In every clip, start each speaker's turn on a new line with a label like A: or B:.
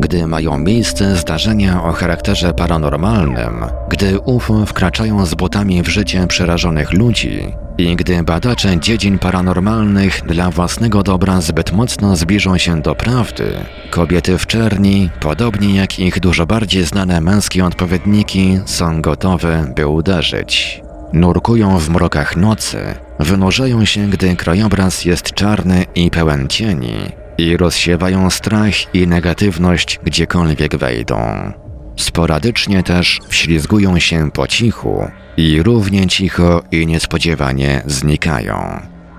A: gdy mają miejsce zdarzenia o charakterze paranormalnym, gdy UFO wkraczają z butami w życie przerażonych ludzi i gdy badacze dziedzin paranormalnych dla własnego dobra zbyt mocno zbliżą się do prawdy, kobiety w czerni, podobnie jak ich dużo bardziej znane męskie odpowiedniki, są gotowe, by uderzyć. Nurkują w mrokach nocy, wynurzają się, gdy krajobraz jest czarny i pełen cieni i rozsiewają strach i negatywność gdziekolwiek wejdą. Sporadycznie też wślizgują się po cichu i równie cicho i niespodziewanie znikają.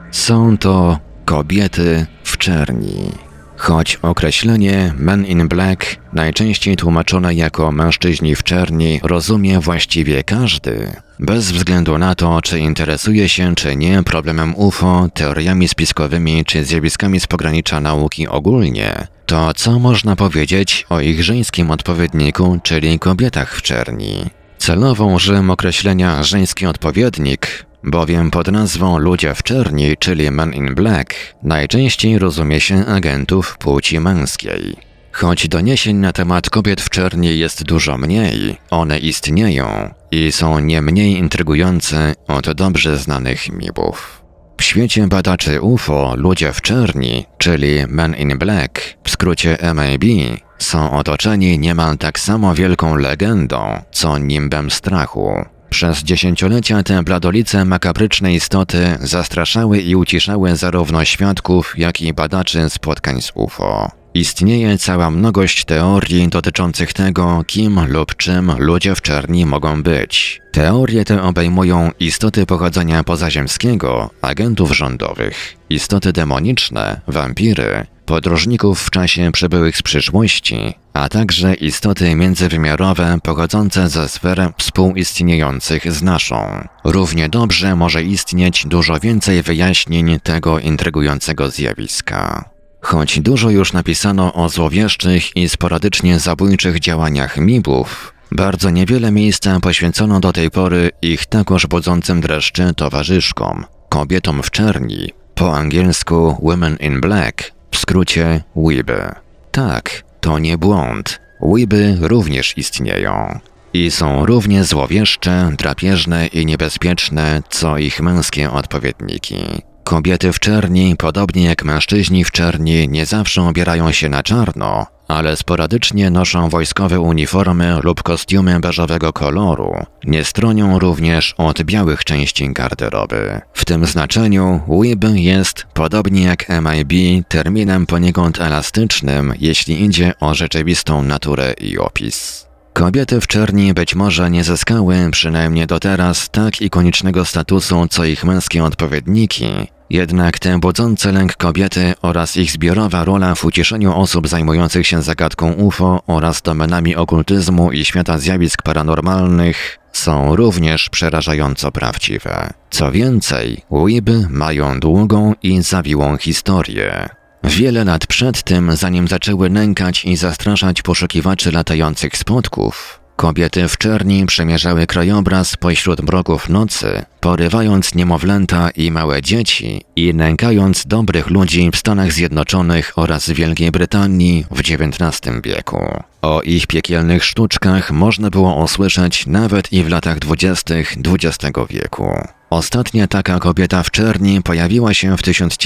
A: Są to kobiety w czerni. Choć określenie Men in Black, najczęściej tłumaczone jako mężczyźni w czerni, rozumie właściwie każdy, bez względu na to, czy interesuje się czy nie problemem UFO, teoriami spiskowymi czy zjawiskami z pogranicza nauki ogólnie, to co można powiedzieć o ich żeńskim odpowiedniku, czyli kobietach w czerni? Celowo użyłem określenia żeński odpowiednik, bowiem pod nazwą ludzie w czerni, czyli Men in Black, najczęściej rozumie się agentów płci męskiej. Choć doniesień na temat kobiet w czerni jest dużo mniej, one istnieją i są nie mniej intrygujące od dobrze znanych mitów. W świecie badaczy UFO ludzie w czerni, czyli Men in Black, w skrócie MIB, są otoczeni niemal tak samo wielką legendą, co nimbem strachu. Przez dziesięciolecia te bladolice makabryczne istoty zastraszały i uciszały zarówno świadków, jak i badaczy spotkań z UFO. Istnieje cała mnogość teorii dotyczących tego, kim lub czym ludzie w czerni mogą być. Teorie te obejmują istoty pochodzenia pozaziemskiego, agentów rządowych, istoty demoniczne, wampiry, podróżników w czasie przybyłych z przyszłości, a także istoty międzywymiarowe pochodzące ze sfer współistniejących z naszą. Równie dobrze może istnieć dużo więcej wyjaśnień tego intrygującego zjawiska. Choć dużo już napisano o złowieszczych i sporadycznie zabójczych działaniach MIB-ów, bardzo niewiele miejsca poświęcono do tej pory ich takoż budzącym dreszcze towarzyszkom, kobietom w czerni, po angielsku Women in Black, w skrócie WIBy. Tak, to nie błąd. WIBy również istnieją. I są równie złowieszcze, drapieżne i niebezpieczne, co ich męskie odpowiedniki. Kobiety w czerni, podobnie jak mężczyźni w czerni, nie zawsze ubierają się na czarno, ale sporadycznie noszą wojskowe uniformy lub kostiumy beżowego koloru. Nie stronią również od białych części garderoby. W tym znaczeniu WIB jest, podobnie jak MIB, terminem poniekąd elastycznym, jeśli idzie o rzeczywistą naturę i opis. Kobiety w czerni być może nie zyskały, przynajmniej do teraz, tak ikonicznego statusu co ich męskie odpowiedniki, jednak te budzące lęk kobiety oraz ich zbiorowa rola w uciszeniu osób zajmujących się zagadką UFO oraz domenami okultyzmu i świata zjawisk paranormalnych są również przerażająco prawdziwe. Co więcej, WIBy mają długą i zawiłą historię. Wiele lat przed tym, zanim zaczęły nękać i zastraszać poszukiwaczy latających spotków, kobiety w czerni przemierzały krajobraz pośród mroków nocy, porywając niemowlęta i małe dzieci i nękając dobrych ludzi w Stanach Zjednoczonych oraz Wielkiej Brytanii w XIX wieku. O ich piekielnych sztuczkach można było usłyszeć nawet i w latach 20. XX wieku. Ostatnia taka kobieta w czerni pojawiła się w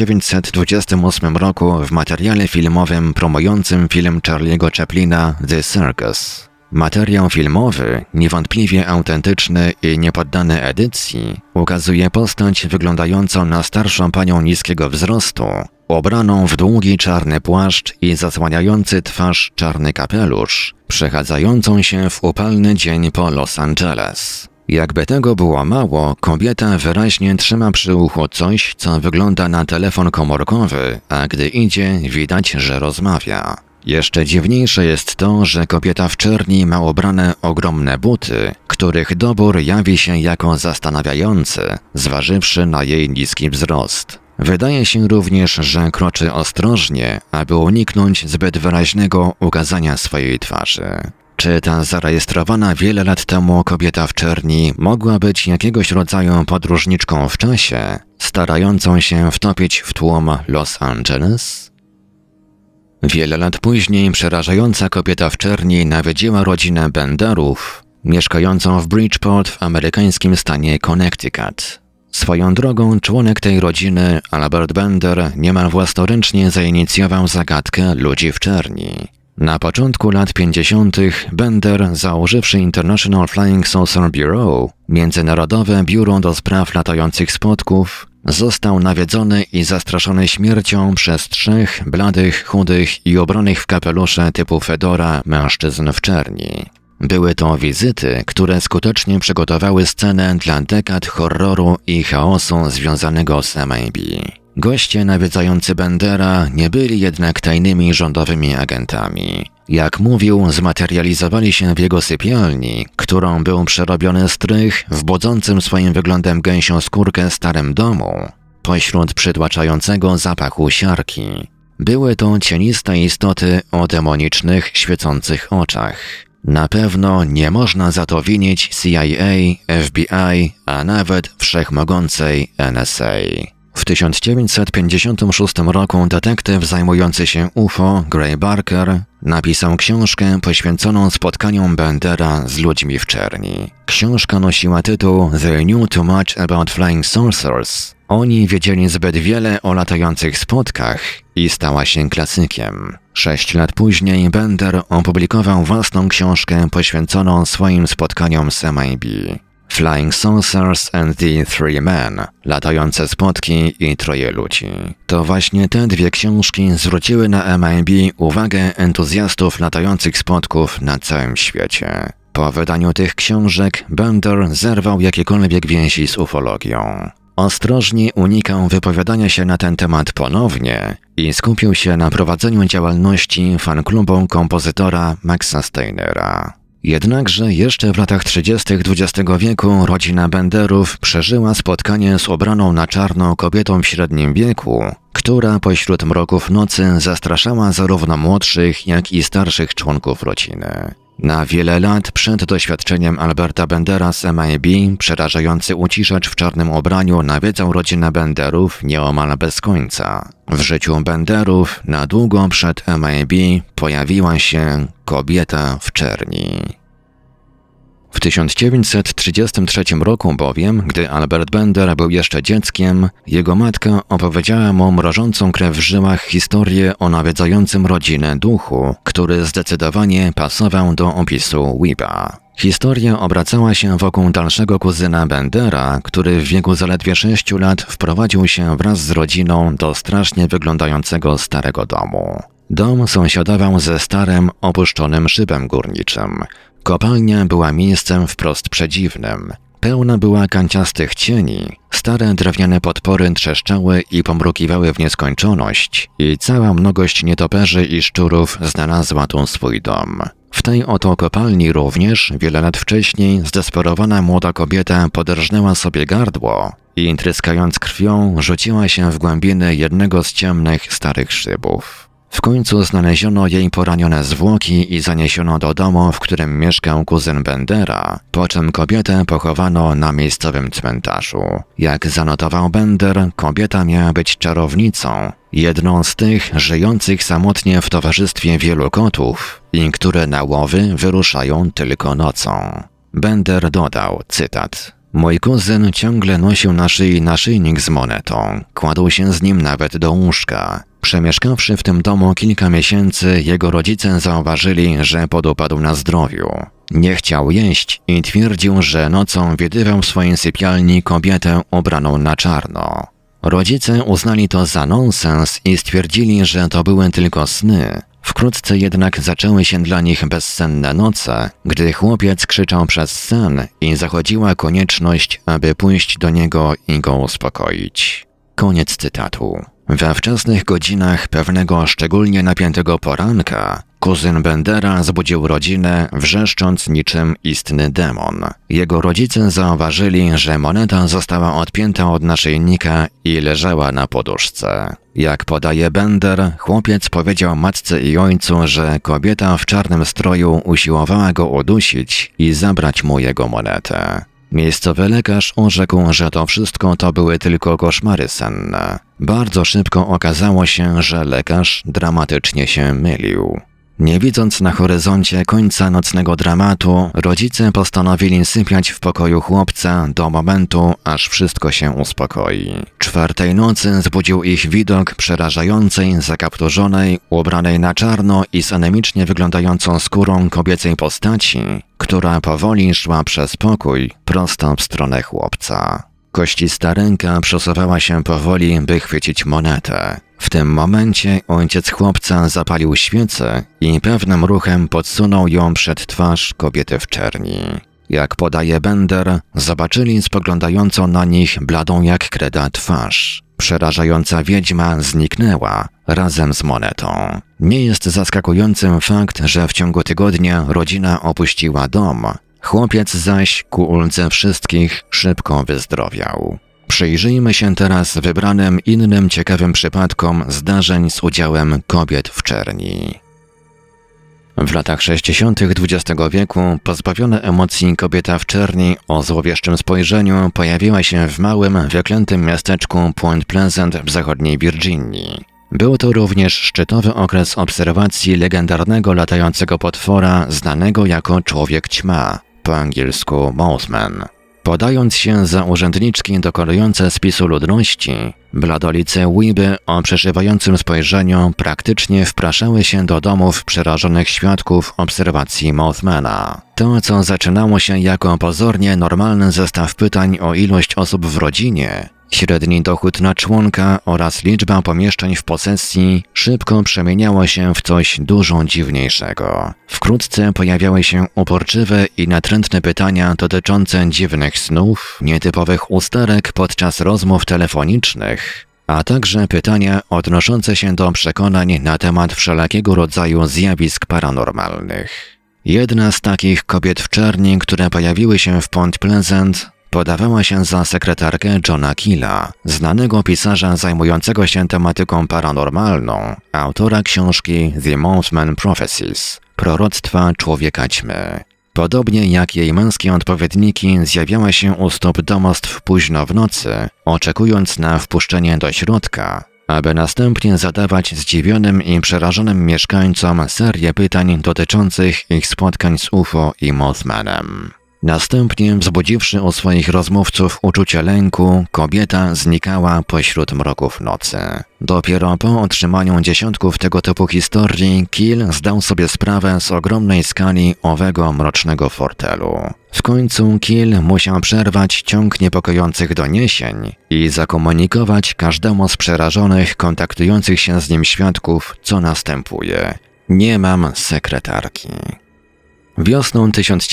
A: 1928 roku w materiale filmowym promującym film Charlie'ego Chaplina The Circus. Materiał filmowy, niewątpliwie autentyczny i niepoddany edycji, ukazuje postać wyglądającą na starszą panią niskiego wzrostu, ubraną w długi czarny płaszcz i zasłaniający twarz czarny kapelusz, przechadzającą się w upalny dzień po Los Angeles. Jakby tego było mało, kobieta wyraźnie trzyma przy uchu coś, co wygląda na telefon komórkowy, a gdy idzie, widać, że rozmawia. Jeszcze dziwniejsze jest to, że kobieta w czerni ma ubrane ogromne buty, których dobór jawi się jako zastanawiający, zważywszy na jej niski wzrost. Wydaje się również, że kroczy ostrożnie, aby uniknąć zbyt wyraźnego ukazania swojej twarzy. Czy ta zarejestrowana wiele lat temu kobieta w czerni mogła być jakiegoś rodzaju podróżniczką w czasie, starającą się wtopić w tłum Los Angeles? Wiele lat później przerażająca kobieta w czerni nawiedziła rodzinę Benderów, mieszkającą w Bridgeport w amerykańskim stanie Connecticut. Swoją drogą członek tej rodziny, Albert Bender, niemal własnoręcznie zainicjował zagadkę ludzi w czerni. Na początku lat 50. Bender, założywszy International Flying Saucer Bureau, Międzynarodowe Biuro do Spraw Latających Spotków, został nawiedzony i zastraszony śmiercią przez 3 bladych, chudych i ubranych w kapelusze typu fedora mężczyzn w czerni. Były to wizyty, które skutecznie przygotowały scenę dla dekad horroru i chaosu związanego z MIB. Goście nawiedzający Bendera nie byli jednak tajnymi rządowymi agentami. Jak mówił, zmaterializowali się w jego sypialni, którą był przerobiony strych w budzącym swoim wyglądem gęsią skórkę starym domu, pośród przytłaczającego zapachu siarki. Były to cieniste istoty o demonicznych, świecących oczach. Na pewno nie można za to winić CIA, FBI, a nawet wszechmogącej NSA. W 1956 roku detektyw zajmujący się UFO, Gray Barker, napisał książkę poświęconą spotkaniom Bendera z ludźmi w czerni. Książka nosiła tytuł They Knew Too Much About Flying Saucers. Oni wiedzieli zbyt wiele o latających spotkach i stała się klasykiem. 6 lat później Bender opublikował własną książkę poświęconą swoim spotkaniom z MIB. Flying Saucers and the Three Men, latające spotki i 3 ludzi. To właśnie te 2 książki zwróciły na MIB uwagę entuzjastów latających spotków na całym świecie. Po wydaniu tych książek Bender zerwał jakiekolwiek więzi z ufologią. Ostrożnie unikał wypowiadania się na ten temat ponownie i skupił się na prowadzeniu działalności fanklubu kompozytora Maxa Steinera. Jednakże jeszcze w latach 30. XX wieku rodzina Benderów przeżyła spotkanie z ubraną na czarno kobietą w średnim wieku, która pośród mroków nocy zastraszała zarówno młodszych, jak i starszych członków rodziny. Na wiele lat przed doświadczeniem Alberta Bendera z MIB przerażający uciszacz w czarnym ubraniu nawiedzał rodzinę Benderów nieomal bez końca. W życiu Benderów na długo przed MIB pojawiła się kobieta w czerni. W 1933 roku bowiem, gdy Albert Bender był jeszcze dzieckiem, jego matka opowiedziała mu mrożącą krew w żyłach historię o nawiedzającym rodzinę duchu, który zdecydowanie pasował do opisu Weeba. Historia obracała się wokół dalszego kuzyna Bendera, który w wieku zaledwie 6 lat wprowadził się wraz z rodziną do strasznie wyglądającego starego domu. Dom sąsiadował ze starym, opuszczonym szybem górniczym. Kopalnia była miejscem wprost przedziwnym. Pełna była kanciastych cieni, stare drewniane podpory trzeszczały i pomrukiwały w nieskończoność i cała mnogość nietoperzy i szczurów znalazła tu swój dom. W tej oto kopalni również wiele lat wcześniej zdesperowana młoda kobieta poderżnęła sobie gardło i tryskając krwią rzuciła się w głębiny jednego z ciemnych starych szybów. W końcu znaleziono jej poranione zwłoki i zaniesiono do domu, w którym mieszkał kuzyn Bendera, po czym kobietę pochowano na miejscowym cmentarzu. Jak zanotował Bender, kobieta miała być czarownicą, jedną z tych żyjących samotnie w towarzystwie wielu kotów i które na łowy wyruszają tylko nocą. Bender dodał, cytat: Mój kuzyn ciągle nosił na szyi naszyjnik z monetą, kładł się z nim nawet do łóżka. Przemieszkawszy w tym domu kilka miesięcy, jego rodzice zauważyli, że podupadł na zdrowiu. Nie chciał jeść i twierdził, że nocą widywał w swojej sypialni kobietę ubraną na czarno. Rodzice uznali to za nonsens i stwierdzili, że to były tylko sny. Wkrótce jednak zaczęły się dla nich bezsenne noce, gdy chłopiec krzyczał przez sen i zachodziła konieczność, aby pójść do niego i go uspokoić. Koniec cytatu. We wczesnych godzinach pewnego szczególnie napiętego poranka kuzyn Bendera zbudził rodzinę, wrzeszcząc niczym istny demon. Jego rodzice zauważyli, że moneta została odpięta od naszyjnika i leżała na poduszce. Jak podaje Bender, chłopiec powiedział matce i ojcu, że kobieta w czarnym stroju usiłowała go udusić i zabrać mu jego monetę. Miejscowy lekarz orzekł, że to wszystko to były tylko koszmary senne. Bardzo szybko okazało się, że lekarz dramatycznie się mylił. Nie widząc na horyzoncie końca nocnego dramatu, rodzice postanowili sypiać w pokoju chłopca do momentu, aż wszystko się uspokoi. 4. nocy zbudził ich widok przerażającej, zakapturzonej, ubranej na czarno i z anemicznie wyglądającą skórą kobiecej postaci, która powoli szła przez pokój prosto w stronę chłopca. Koścista ręka przesuwała się powoli, by chwycić monetę. W tym momencie ojciec chłopca zapalił świecę i pewnym ruchem podsunął ją przed twarz kobiety w czerni. Jak podaje Bender, zobaczyli spoglądającą na nich bladą jak kreda twarz. Przerażająca wiedźma zniknęła razem z monetą. Nie jest zaskakującym fakt, że w ciągu tygodnia rodzina opuściła dom. Chłopiec zaś, ku uldze wszystkich, szybko wyzdrowiał. Przyjrzyjmy się teraz wybranym innym ciekawym przypadkom zdarzeń z udziałem kobiet w czerni. W latach 60. XX wieku pozbawiona emocji kobieta w czerni o złowieszczym spojrzeniu pojawiła się w małym, wyklętym miasteczku Point Pleasant w zachodniej Virginii. Był to również szczytowy okres obserwacji legendarnego latającego potwora znanego jako Człowiek Ćma, po angielsku Mothman. Podając się za urzędniczki dokonujące spisu ludności, bladolice Weeby o przeszywającym spojrzeniu praktycznie wpraszały się do domów przerażonych świadków obserwacji Mothmana. To, co zaczynało się jako pozornie normalny zestaw pytań o ilość osób w rodzinie, średni dochód na członka oraz liczba pomieszczeń w posesji szybko przemieniało się w coś dużo dziwniejszego. Wkrótce pojawiały się uporczywe i natrętne pytania dotyczące dziwnych snów, nietypowych usterek podczas rozmów telefonicznych, a także pytania odnoszące się do przekonań na temat wszelkiego rodzaju zjawisk paranormalnych. Jedna z takich kobiet w czerni, które pojawiły się w Point Pleasant, podawała się za sekretarkę Johna Keela, znanego pisarza zajmującego się tematyką paranormalną, autora książki The Mothman Prophecies, proroctwa Człowieka Ćmy. Podobnie jak jej męskie odpowiedniki zjawiała się u stóp domostw późno w nocy, oczekując na wpuszczenie do środka, aby następnie zadawać zdziwionym i przerażonym mieszkańcom serię pytań dotyczących ich spotkań z UFO i Mothmanem. Następnie, wzbudziwszy u swoich rozmówców uczucie lęku, kobieta znikała pośród mroków nocy. Dopiero po otrzymaniu dziesiątków tego typu historii, Keel zdał sobie sprawę z ogromnej skali owego mrocznego fortelu. W końcu Keel musiał przerwać ciąg niepokojących doniesień i zakomunikować każdemu z przerażonych, kontaktujących się z nim świadków, co następuje. Nie mam sekretarki. Wiosną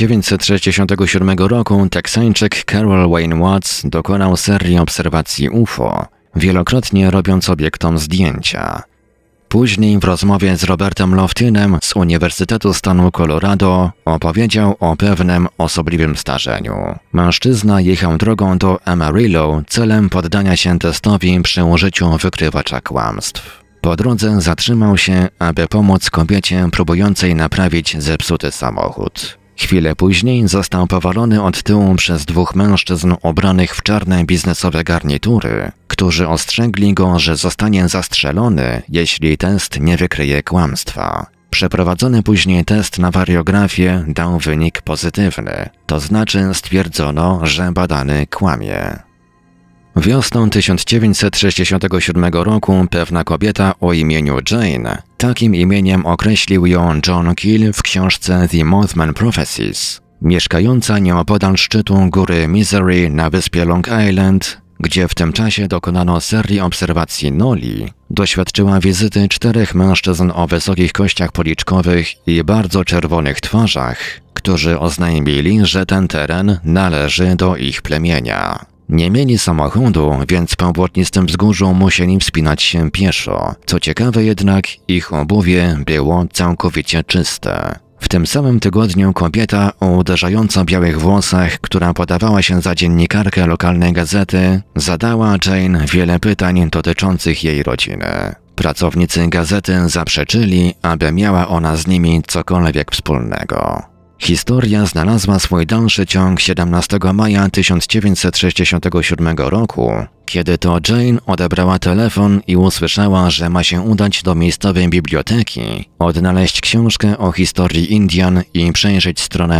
A: 1967 roku Teksańczyk Carol Wayne Watts dokonał serii obserwacji UFO, wielokrotnie robiąc obiektom zdjęcia. Później w rozmowie z Robertem Loftinem z Uniwersytetu Stanu Colorado opowiedział o pewnym osobliwym zdarzeniu. Mężczyzna jechał drogą do Amarillo celem poddania się testowi przy użyciu wykrywacza kłamstw. Po drodze zatrzymał się, aby pomóc kobiecie próbującej naprawić zepsuty samochód. Chwilę później został powalony od tyłu przez dwóch mężczyzn ubranych w czarne biznesowe garnitury, którzy ostrzegli go, że zostanie zastrzelony, jeśli test nie wykryje kłamstwa. Przeprowadzony później test na wariografię dał wynik pozytywny, to znaczy stwierdzono, że badany kłamie. Wiosną 1967 roku pewna kobieta o imieniu Jane, takim imieniem określił ją John Keel w książce The Mothman Prophecies, mieszkająca nieopodal szczytu góry Misery na wyspie Long Island, gdzie w tym czasie dokonano serii obserwacji noli, doświadczyła wizyty 4 mężczyzn o wysokich kościach policzkowych i bardzo czerwonych twarzach, którzy oznajmili, że ten teren należy do ich plemienia. Nie mieli samochodu, więc po błotnistym wzgórzu musieli wspinać się pieszo. Co ciekawe jednak, ich obuwie było całkowicie czyste. W tym samym tygodniu kobieta o uderzająco białych włosach, która podawała się za dziennikarkę lokalnej gazety, zadała Jane wiele pytań dotyczących jej rodziny. Pracownicy gazety zaprzeczyli, aby miała ona z nimi cokolwiek wspólnego. Historia znalazła swój dalszy ciąg 17 maja 1967 roku, kiedy to Jane odebrała telefon i usłyszała, że ma się udać do miejscowej biblioteki, odnaleźć książkę o historii Indian i przejrzeć stronę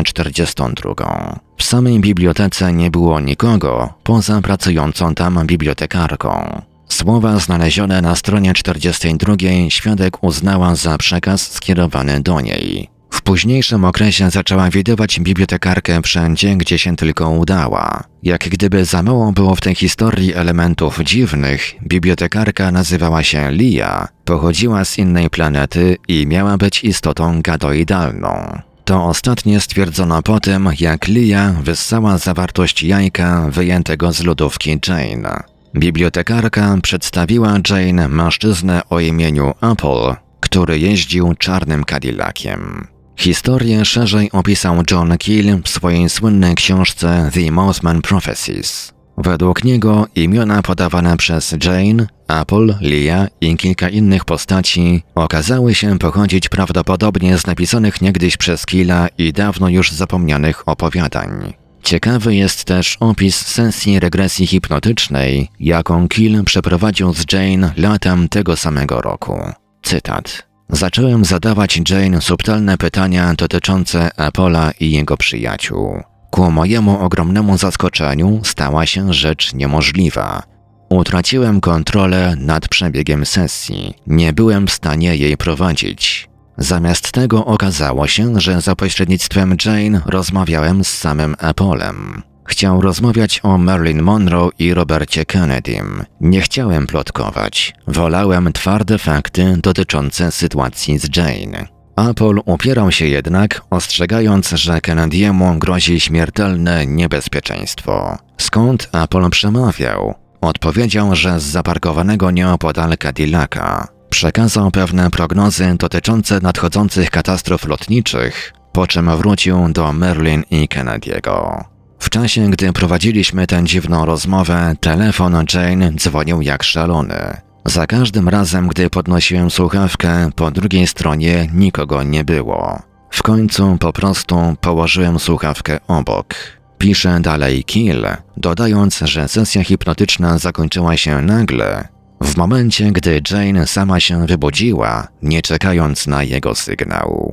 A: 42. W samej bibliotece nie było nikogo, poza pracującą tam bibliotekarką. Słowa znalezione na stronie 42 świadek uznała za przekaz skierowany do niej. W późniejszym okresie zaczęła widywać bibliotekarkę wszędzie, gdzie się tylko udała. Jak gdyby za mało było w tej historii elementów dziwnych, bibliotekarka nazywała się Lia, pochodziła z innej planety i miała być istotą gadoidalną. To ostatnie stwierdzono po tym, jak Lia wyssała zawartość jajka wyjętego z lodówki Jane. Bibliotekarka przedstawiła Jane mężczyznę o imieniu Apple, który jeździł czarnym Cadillaciem. Historię szerzej opisał John Keel w swojej słynnej książce The Mothman Prophecies. Według niego imiona podawane przez Jane, Apple, Lia i kilka innych postaci okazały się pochodzić prawdopodobnie z napisanych niegdyś przez Keela i dawno już zapomnianych opowiadań. Ciekawy jest też opis sesji regresji hipnotycznej, jaką Keel przeprowadził z Jane latem tego samego roku. Cytat. Zacząłem zadawać Jane subtelne pytania dotyczące Apollo i jego przyjaciół. Ku mojemu ogromnemu zaskoczeniu stała się rzecz niemożliwa. Utraciłem kontrolę nad przebiegiem sesji. Nie byłem w stanie jej prowadzić. Zamiast tego okazało się, że za pośrednictwem Jane rozmawiałem z samym Apollem. Chciał rozmawiać o Marilyn Monroe i Robercie Kennedym. Nie chciałem plotkować. Wolałem twarde fakty dotyczące sytuacji z Jane. Apple upierał się jednak, ostrzegając, że Kennedy'emu grozi śmiertelne niebezpieczeństwo. Skąd Apple przemawiał? Odpowiedział, że z zaparkowanego nieopodal Cadillaca. Przekazał pewne prognozy dotyczące nadchodzących katastrof lotniczych, po czym wrócił do Marilyn i Kennedy'ego. W czasie, gdy prowadziliśmy tę dziwną rozmowę, telefon Jane dzwonił jak szalony. Za każdym razem, gdy podnosiłem słuchawkę, po drugiej stronie nikogo nie było. W końcu po prostu położyłem słuchawkę obok. Pisze dalej Keel, dodając, że sesja hipnotyczna zakończyła się nagle, w momencie, gdy Jane sama się wybudziła, nie czekając na jego sygnał.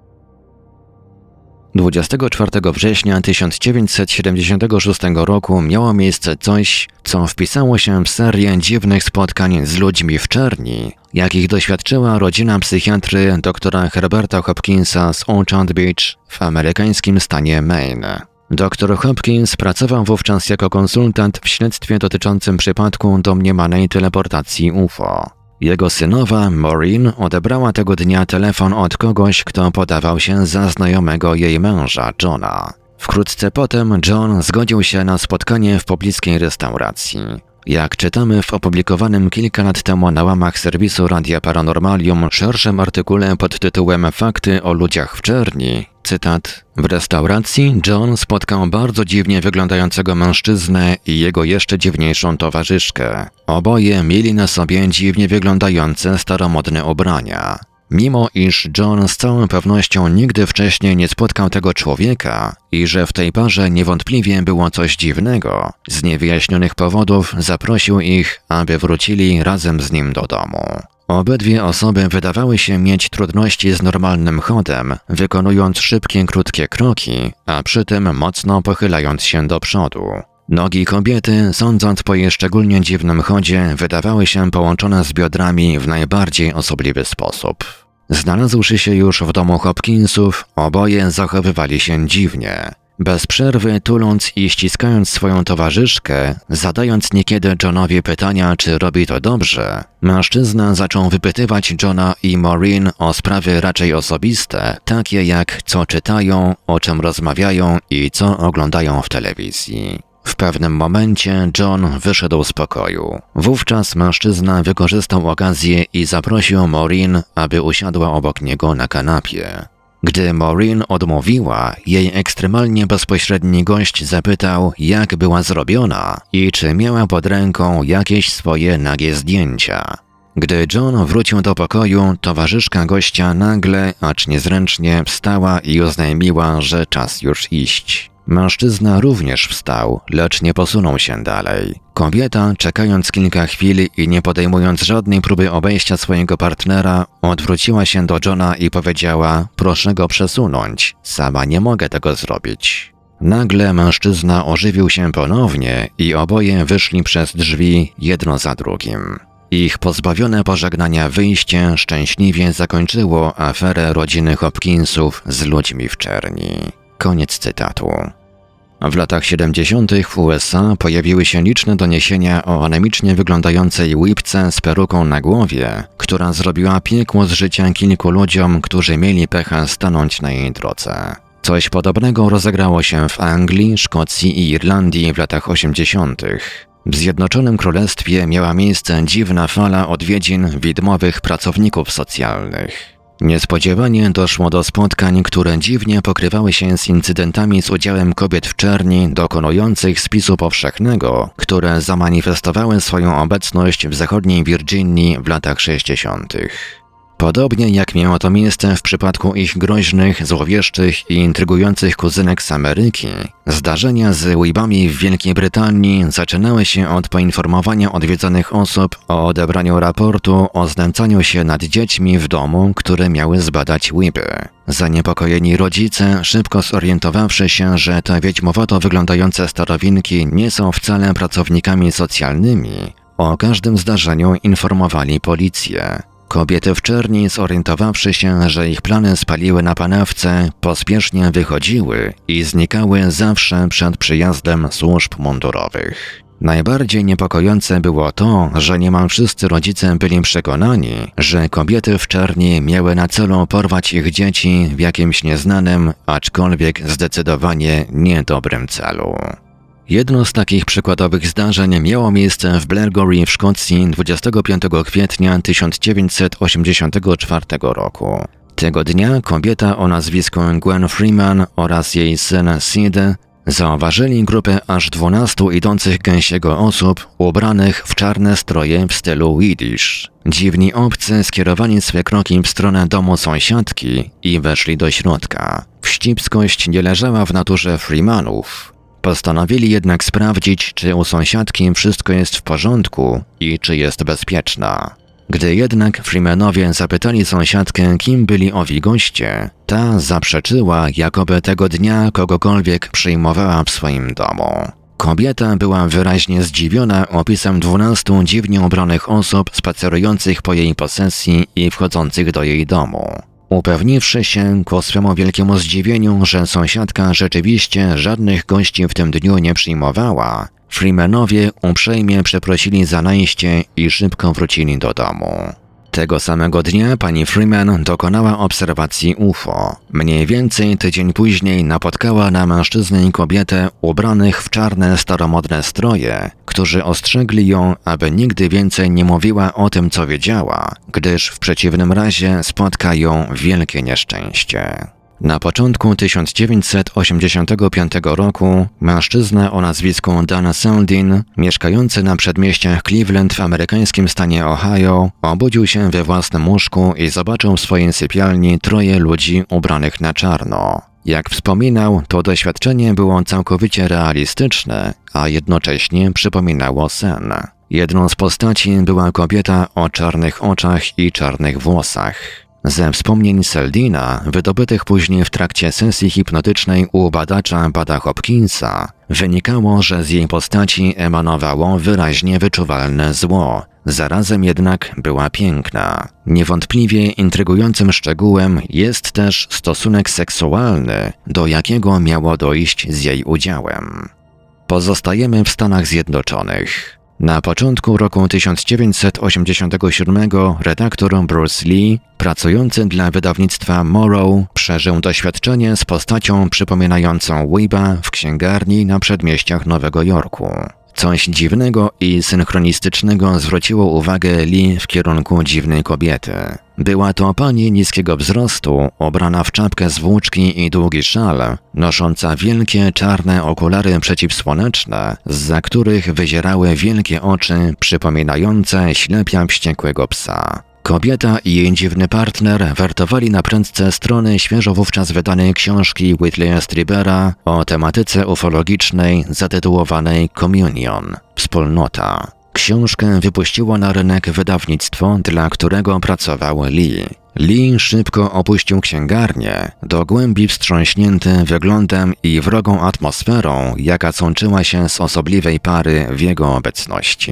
A: 24 września 1976 roku miało miejsce coś, co wpisało się w serię dziwnych spotkań z ludźmi w czerni, jakich doświadczyła rodzina psychiatry dr Herberta Hopkinsa z Orchard Beach w amerykańskim stanie Maine. Dr Hopkins pracował wówczas jako konsultant w śledztwie dotyczącym przypadku domniemanej teleportacji UFO. Jego synowa, Maureen, odebrała tego dnia telefon od kogoś, kto podawał się za znajomego jej męża, Johna. Wkrótce potem John zgodził się na spotkanie w pobliskiej restauracji. Jak czytamy w opublikowanym kilka lat temu na łamach serwisu Radia Paranormalium szerszym artykule pod tytułem Fakty o ludziach w czerni, cytat, w restauracji John spotkał bardzo dziwnie wyglądającego mężczyznę i jego jeszcze dziwniejszą towarzyszkę. Oboje mieli na sobie dziwnie wyglądające staromodne ubrania. Mimo iż John z całą pewnością nigdy wcześniej nie spotkał tego człowieka i że w tej parze niewątpliwie było coś dziwnego, z niewyjaśnionych powodów zaprosił ich, aby wrócili razem z nim do domu. Obydwie osoby wydawały się mieć trudności z normalnym chodem, wykonując szybkie, krótkie kroki, a przy tym mocno pochylając się do przodu. Nogi kobiety, sądząc po jej szczególnie dziwnym chodzie, wydawały się połączone z biodrami w najbardziej osobliwy sposób. Znalazłszy się już w domu Hopkinsów, oboje zachowywali się dziwnie. Bez przerwy tuląc i ściskając swoją towarzyszkę, zadając niekiedy Johnowi pytania, czy robi to dobrze, mężczyzna zaczął wypytywać Johna i Maureen o sprawy raczej osobiste, takie jak co czytają, o czym rozmawiają i co oglądają w telewizji. W pewnym momencie John wyszedł z pokoju. Wówczas mężczyzna wykorzystał okazję i zaprosił Maureen, aby usiadła obok niego na kanapie. Gdy Maureen odmówiła, jej ekstremalnie bezpośredni gość zapytał, jak była zrobiona i czy miała pod ręką jakieś swoje nagie zdjęcia. Gdy John wrócił do pokoju, towarzyszka gościa nagle, acz niezręcznie, wstała i oznajmiła, że czas już iść. Mężczyzna również wstał, lecz nie posunął się dalej. Kobieta, czekając kilka chwil i nie podejmując żadnej próby obejścia swojego partnera, odwróciła się do Johna i powiedziała: proszę go przesunąć, sama nie mogę tego zrobić. Nagle mężczyzna ożywił się ponownie i oboje wyszli przez drzwi jedno za drugim. Ich pozbawione pożegnania wyjście szczęśliwie zakończyło aferę rodziny Hopkinsów z ludźmi w czerni. Koniec cytatu. W latach 70. w USA pojawiły się liczne doniesienia o anemicznie wyglądającej łipce z peruką na głowie, która zrobiła piekło z życia kilku ludziom, którzy mieli pecha stanąć na jej drodze. Coś podobnego rozegrało się w Anglii, Szkocji i Irlandii w latach 80. W Zjednoczonym Królestwie miała miejsce dziwna fala odwiedzin widmowych pracowników socjalnych. Niespodziewanie doszło do spotkań, które dziwnie pokrywały się z incydentami z udziałem kobiet w czerni dokonujących spisu powszechnego, które zamanifestowały swoją obecność w zachodniej Virginii w latach 60. Podobnie jak miało to miejsce w przypadku ich groźnych, złowieszczych i intrygujących kuzynek z Ameryki, zdarzenia z łibami w Wielkiej Brytanii zaczynały się od poinformowania odwiedzonych osób o odebraniu raportu o znęcaniu się nad dziećmi w domu, które miały zbadać łyby. Zaniepokojeni rodzice, szybko zorientowawszy się, że te wiedźmowato wyglądające starowinki nie są wcale pracownikami socjalnymi, o każdym zdarzeniu informowali policję. Kobiety w czerni, zorientowawszy się, że ich plany spaliły na panewce, pospiesznie wychodziły i znikały zawsze przed przyjazdem służb mundurowych. Najbardziej niepokojące było to, że niemal wszyscy rodzice byli przekonani, że kobiety w czerni miały na celu porwać ich dzieci w jakimś nieznanym, aczkolwiek zdecydowanie niedobrym celu. Jedno z takich przykładowych zdarzeń miało miejsce w Blairgowrie w Szkocji 25 kwietnia 1984 roku. Tego dnia kobieta o nazwisku Gwen Freeman oraz jej syn Sid zauważyli grupę aż 12 idących gęsiego osób ubranych w czarne stroje w stylu Yiddish. Dziwni obcy skierowali swe kroki w stronę domu sąsiadki i weszli do środka. Wścibskość nie leżała w naturze Freemanów. Postanowili jednak sprawdzić, czy u sąsiadki wszystko jest w porządku i czy jest bezpieczna. Gdy jednak Freemanowie zapytali sąsiadkę, kim byli owi goście, ta zaprzeczyła, jakoby tego dnia kogokolwiek przyjmowała w swoim domu. Kobieta była wyraźnie zdziwiona opisem 12 dziwnie ubranych osób spacerujących po jej posesji i wchodzących do jej domu. Upewniwszy się ku swemu wielkiemu zdziwieniu, że sąsiadka rzeczywiście żadnych gości w tym dniu nie przyjmowała, Freemanowie uprzejmie przeprosili za najście i szybko wrócili do domu. Tego samego dnia pani Freeman dokonała obserwacji UFO. Mniej więcej tydzień później napotkała na mężczyznę i kobietę ubranych w czarne staromodne stroje, którzy ostrzegli ją, aby nigdy więcej nie mówiła o tym, co wiedziała, gdyż w przeciwnym razie spotka ją wielkie nieszczęście. Na początku 1985 roku mężczyzna o nazwisku Dan Seldin, mieszkający na przedmieściach Cleveland w amerykańskim stanie Ohio, obudził się we własnym łóżku i zobaczył w swojej sypialni 3 ludzi ubranych na czarno. Jak wspominał, to doświadczenie było całkowicie realistyczne, a jednocześnie przypominało sen. Jedną z postaci była kobieta o czarnych oczach i czarnych włosach. Ze wspomnień Seldina, wydobytych później w trakcie sesji hipnotycznej u badacza Bada Hopkinsa, wynikało, że z jej postaci emanowało wyraźnie wyczuwalne zło, zarazem jednak była piękna. Niewątpliwie intrygującym szczegółem jest też stosunek seksualny, do jakiego miało dojść z jej udziałem. Pozostajemy w Stanach Zjednoczonych. Na początku roku 1987 redaktor Bruce Lee, pracujący dla wydawnictwa Morrow, przeżył doświadczenie z postacią przypominającą Weeba w księgarni na przedmieściach Nowego Jorku. Coś dziwnego i synchronistycznego zwróciło uwagę Lee w kierunku dziwnej kobiety. Była to pani niskiego wzrostu, ubrana w czapkę z włóczki i długi szal, nosząca wielkie czarne okulary przeciwsłoneczne, zza których wyzierały wielkie oczy przypominające ślepia wściekłego psa. Kobieta i jej dziwny partner wertowali na prędce strony świeżo wówczas wydanej książki Whitleya Stribera o tematyce ufologicznej zatytułowanej Communion – Wspólnota. Książkę wypuściło na rynek wydawnictwo, dla którego pracował Lee. Lee szybko opuścił księgarnię, do głębi wstrząśnięty wyglądem i wrogą atmosferą, jaka sączyła się z osobliwej pary w jego obecności.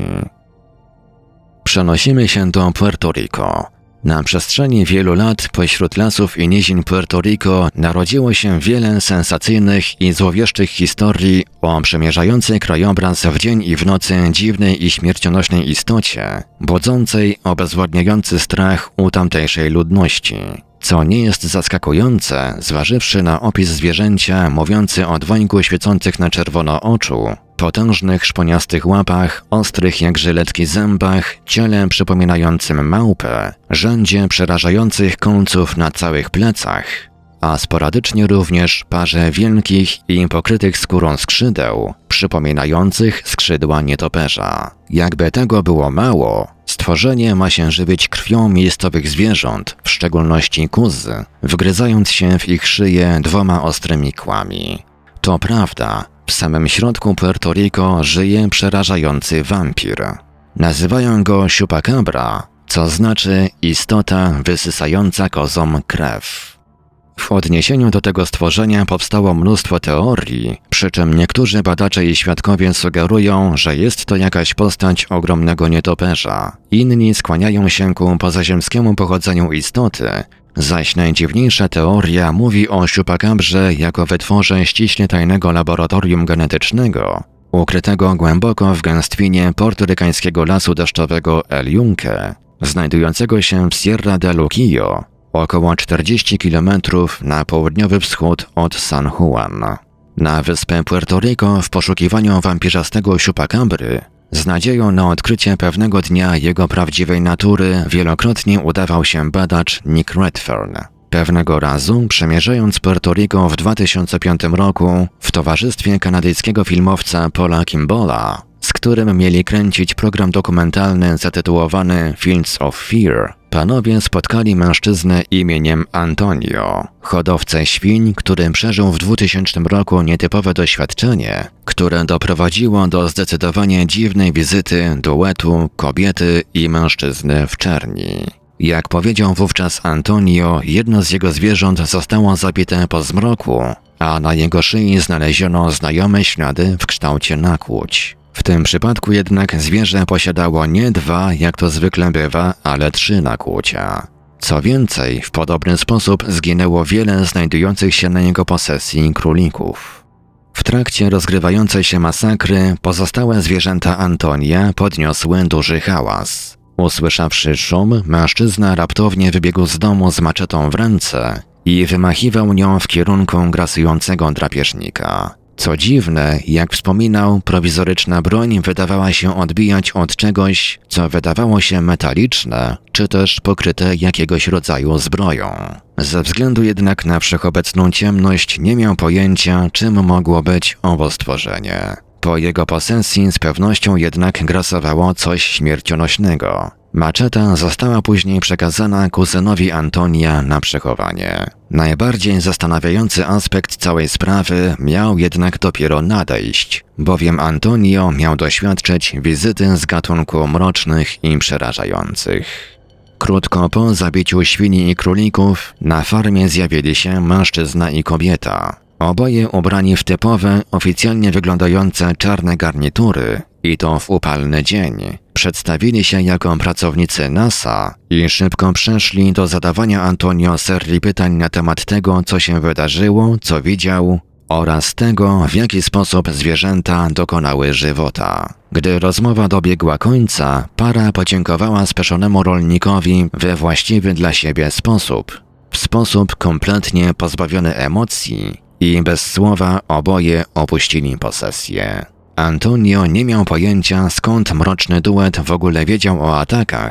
A: Przenosimy się do Puerto Rico. Na przestrzeni wielu lat pośród lasów i nizin Puerto Rico narodziło się wiele sensacyjnych i złowieszczych historii o przemierzającej krajobraz w dzień i w nocy dziwnej i śmiercionośnej istocie, budzącej obezwładniający strach u tamtejszej ludności. Co nie jest zaskakujące, zważywszy na opis zwierzęcia mówiący o dwojgu świecących na czerwono oczu, potężnych szponiastych łapach, ostrych jak żyletki zębach, ciele przypominającym małpę, rzędzie przerażających kolców na całych plecach, a sporadycznie również parze wielkich i pokrytych skórą skrzydeł, przypominających skrzydła nietoperza. Jakby tego było mało, stworzenie ma się żywić krwią miejscowych zwierząt, w szczególności kóz, wgryzając się w ich szyję dwoma ostrymi kłami. To prawda, w samym środku Puerto Rico żyje przerażający wampir. Nazywają go chupacabra, co znaczy istota wysysająca kozom krew. W odniesieniu do tego stworzenia powstało mnóstwo teorii, przy czym niektórzy badacze i świadkowie sugerują, że jest to jakaś postać ogromnego nietoperza. Inni skłaniają się ku pozaziemskiemu pochodzeniu istoty, zaś najdziwniejsza teoria mówi o chupacabrze jako wytworze ściśle tajnego laboratorium genetycznego, ukrytego głęboko w gęstwinie portorykańskiego lasu deszczowego El Yunque, znajdującego się w Sierra de Luquillo, około 40 km na południowy wschód od San Juan. Na wyspę Puerto Rico w poszukiwaniu wampirzastego chupacabry, z nadzieją na odkrycie pewnego dnia jego prawdziwej natury, wielokrotnie udawał się badacz Nick Redfern. Pewnego razu, przemierzając Puerto Rico w 2005 roku w towarzystwie kanadyjskiego filmowca Paula Kimbola, z którym mieli kręcić program dokumentalny zatytułowany Fields of Fear, panowie spotkali mężczyznę imieniem Antonio, hodowcę świń, który przeżył w 2000 roku nietypowe doświadczenie, które doprowadziło do zdecydowanie dziwnej wizyty duetu kobiety i mężczyzny w czerni. Jak powiedział wówczas Antonio, jedno z jego zwierząt zostało zabite po zmroku, a na jego szyi znaleziono znajome ślady w kształcie nakłuć. W tym przypadku jednak zwierzę posiadało nie 2, jak to zwykle bywa, ale 3 nakłucia. Co więcej, w podobny sposób zginęło wiele znajdujących się na jego posesji królików. W trakcie rozgrywającej się masakry pozostałe zwierzęta Antonia podniosły duży hałas. Usłyszawszy szum, mężczyzna raptownie wybiegł z domu z maczetą w ręce i wymachiwał nią w kierunku grasującego drapieżnika. Co dziwne, jak wspominał, prowizoryczna broń wydawała się odbijać od czegoś, co wydawało się metaliczne, czy też pokryte jakiegoś rodzaju zbroją. Ze względu jednak na wszechobecną ciemność nie miał pojęcia, czym mogło być owo stworzenie. Po jego posesji z pewnością jednak grasowało coś śmiercionośnego. Maczeta została później przekazana kuzynowi Antonia na przechowanie. Najbardziej zastanawiający aspekt całej sprawy miał jednak dopiero nadejść, bowiem Antonio miał doświadczyć wizyty z gatunku mrocznych i przerażających. Krótko po zabiciu świni i królików na farmie zjawili się mężczyzna i kobieta. Oboje ubrani w typowe, oficjalnie wyglądające czarne garnitury i to w upalny dzień. Przedstawili się jako pracownicy NASA i szybko przeszli do zadawania Antonio serii pytań na temat tego, co się wydarzyło, co widział oraz tego, w jaki sposób zwierzęta dokonały żywota. Gdy rozmowa dobiegła końca, para podziękowała speszonemu rolnikowi we właściwy dla siebie sposób. W sposób kompletnie pozbawiony emocji i bez słowa oboje opuścili posesję. Antonio nie miał pojęcia, skąd mroczny duet w ogóle wiedział o atakach,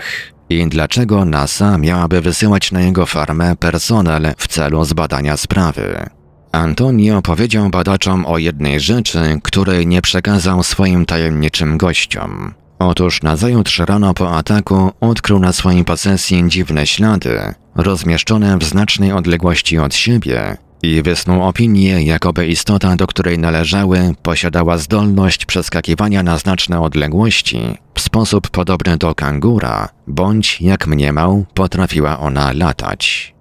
A: i dlaczego NASA miałaby wysyłać na jego farmę personel w celu zbadania sprawy. Antonio powiedział badaczom o jednej rzeczy, której nie przekazał swoim tajemniczym gościom. Otóż nazajutrz rano po ataku odkrył na swojej posesji dziwne ślady, rozmieszczone w znacznej odległości od siebie i wysnuł opinię, jakoby istota, do której należały, posiadała zdolność przeskakiwania na znaczne odległości w sposób podobny do kangura, bądź, jak mniemał, potrafiła ona latać.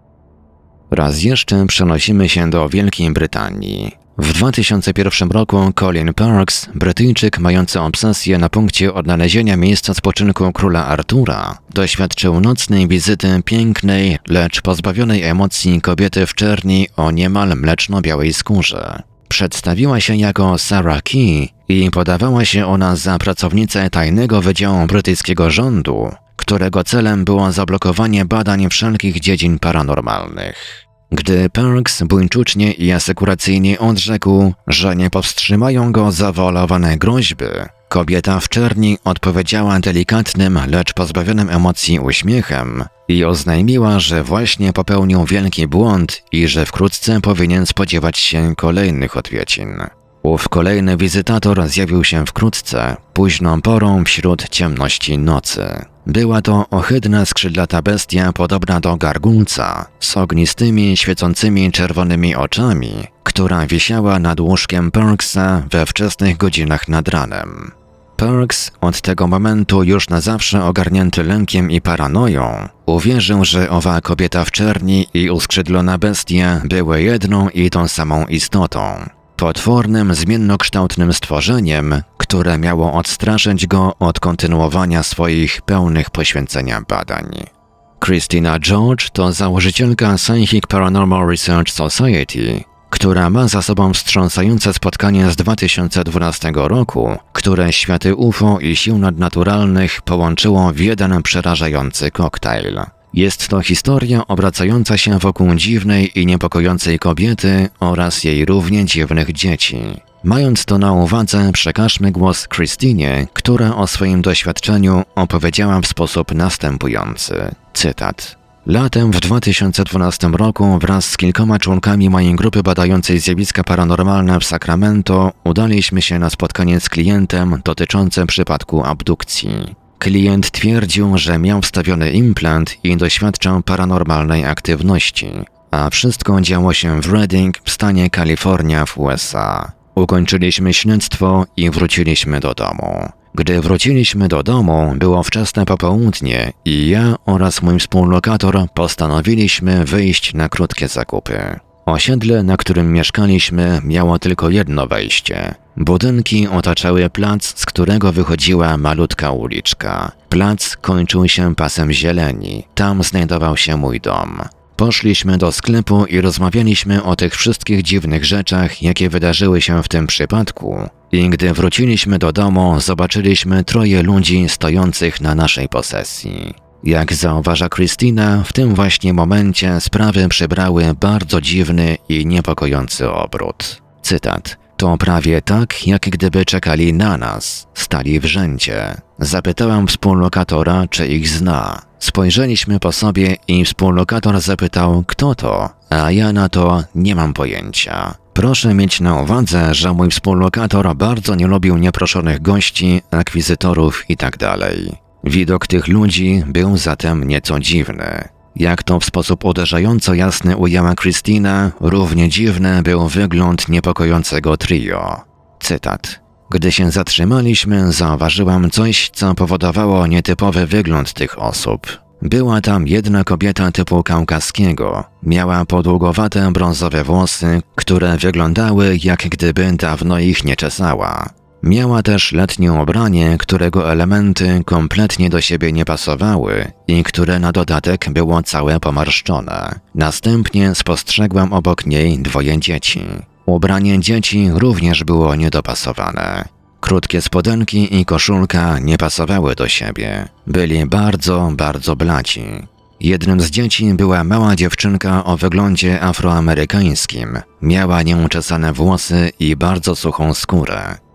A: Raz jeszcze przenosimy się do Wielkiej Brytanii. W 2001 roku Colin Parkes, Brytyjczyk mający obsesję na punkcie odnalezienia miejsca spoczynku króla Artura, doświadczył nocnej wizyty pięknej, lecz pozbawionej emocji kobiety w czerni o niemal mleczno-białej skórze. Przedstawiła się jako Sarah Key i podawała się ona za pracownicę tajnego wydziału brytyjskiego rządu, którego celem było zablokowanie badań wszelkich dziedzin paranormalnych. Gdy Parkes buńczucznie i asekuracyjnie odrzekł, że nie powstrzymają go zawalowane groźby, kobieta w czerni odpowiedziała delikatnym, lecz pozbawionym emocji uśmiechem i oznajmiła, że właśnie popełnił wielki błąd i że wkrótce powinien spodziewać się kolejnych odwiedzin. Ów kolejny wizytator zjawił się wkrótce, późną porą wśród ciemności nocy. Była to ohydna skrzydlata bestia podobna do gargulca, z ognistymi, świecącymi czerwonymi oczami, która wisiała nad łóżkiem Parkesa we wczesnych godzinach nad ranem. Parkes, od tego momentu już na zawsze ogarnięty lękiem i paranoją, uwierzył, że owa kobieta w czerni i uskrzydlona bestia były jedną i tą samą istotą. Potwornym, zmiennokształtnym stworzeniem, które miało odstraszyć go od kontynuowania swoich pełnych poświęcenia badań. Christina George to założycielka Psychic Paranormal Research Society, która ma za sobą wstrząsające spotkanie z 2012 roku, które światy UFO i sił nadnaturalnych połączyło w jeden przerażający koktajl. Jest to historia obracająca się wokół dziwnej i niepokojącej kobiety oraz jej równie dziwnych dzieci. Mając to na uwadze, przekażmy głos Christinie, która o swoim doświadczeniu opowiedziała w sposób następujący. Cytat. Latem w 2012 roku wraz z kilkoma członkami mojej grupy badającej zjawiska paranormalne w Sacramento udaliśmy się na spotkanie z klientem dotyczące przypadku abdukcji. Klient twierdził, że miał wstawiony implant i doświadczał paranormalnej aktywności, a wszystko działo się w Redding w stanie Kalifornia w USA. Ukończyliśmy śledztwo i wróciliśmy do domu. Gdy wróciliśmy do domu, było wczesne popołudnie i ja oraz mój współlokator postanowiliśmy wyjść na krótkie zakupy. Osiedle, na którym mieszkaliśmy, miało tylko jedno wejście. Budynki otaczały plac, z którego wychodziła malutka uliczka. Plac kończył się pasem zieleni. Tam znajdował się mój dom. Poszliśmy do sklepu i rozmawialiśmy o tych wszystkich dziwnych rzeczach, jakie wydarzyły się w tym przypadku. I gdy wróciliśmy do domu, zobaczyliśmy 3 ludzi stojących na naszej posesji. Jak zauważa Christina, w tym właśnie momencie sprawy przybrały bardzo dziwny i niepokojący obrót. Cytat. To prawie tak, jak gdyby czekali na nas. Stali w rzędzie. Zapytałem współlokatora, czy ich zna. Spojrzeliśmy po sobie i współlokator zapytał, kto to, a ja na to nie mam pojęcia. Proszę mieć na uwadze, że mój współlokator bardzo nie lubił nieproszonych gości, akwizytorów itd. Widok tych ludzi był zatem nieco dziwny. Jak to w sposób uderzająco jasny ujęła Christina, równie dziwny był wygląd niepokojącego trio. Cytat. Gdy się zatrzymaliśmy, zauważyłam coś, co powodowało nietypowy wygląd tych osób. Była tam jedna kobieta typu kaukaskiego. Miała podługowate brązowe włosy, które wyglądały, jak gdyby dawno ich nie czesała. Miała też letnie ubranie, którego elementy kompletnie do siebie nie pasowały i które na dodatek było całe pomarszczone. Następnie spostrzegłam obok niej 2 dzieci. Ubranie dzieci również było niedopasowane. Krótkie spodenki i koszulka nie pasowały do siebie. Byli bardzo, bardzo bladzi. Jednym z dzieci była mała dziewczynka o wyglądzie afroamerykańskim. Miała nieuczesane włosy i bardzo suchą skórę.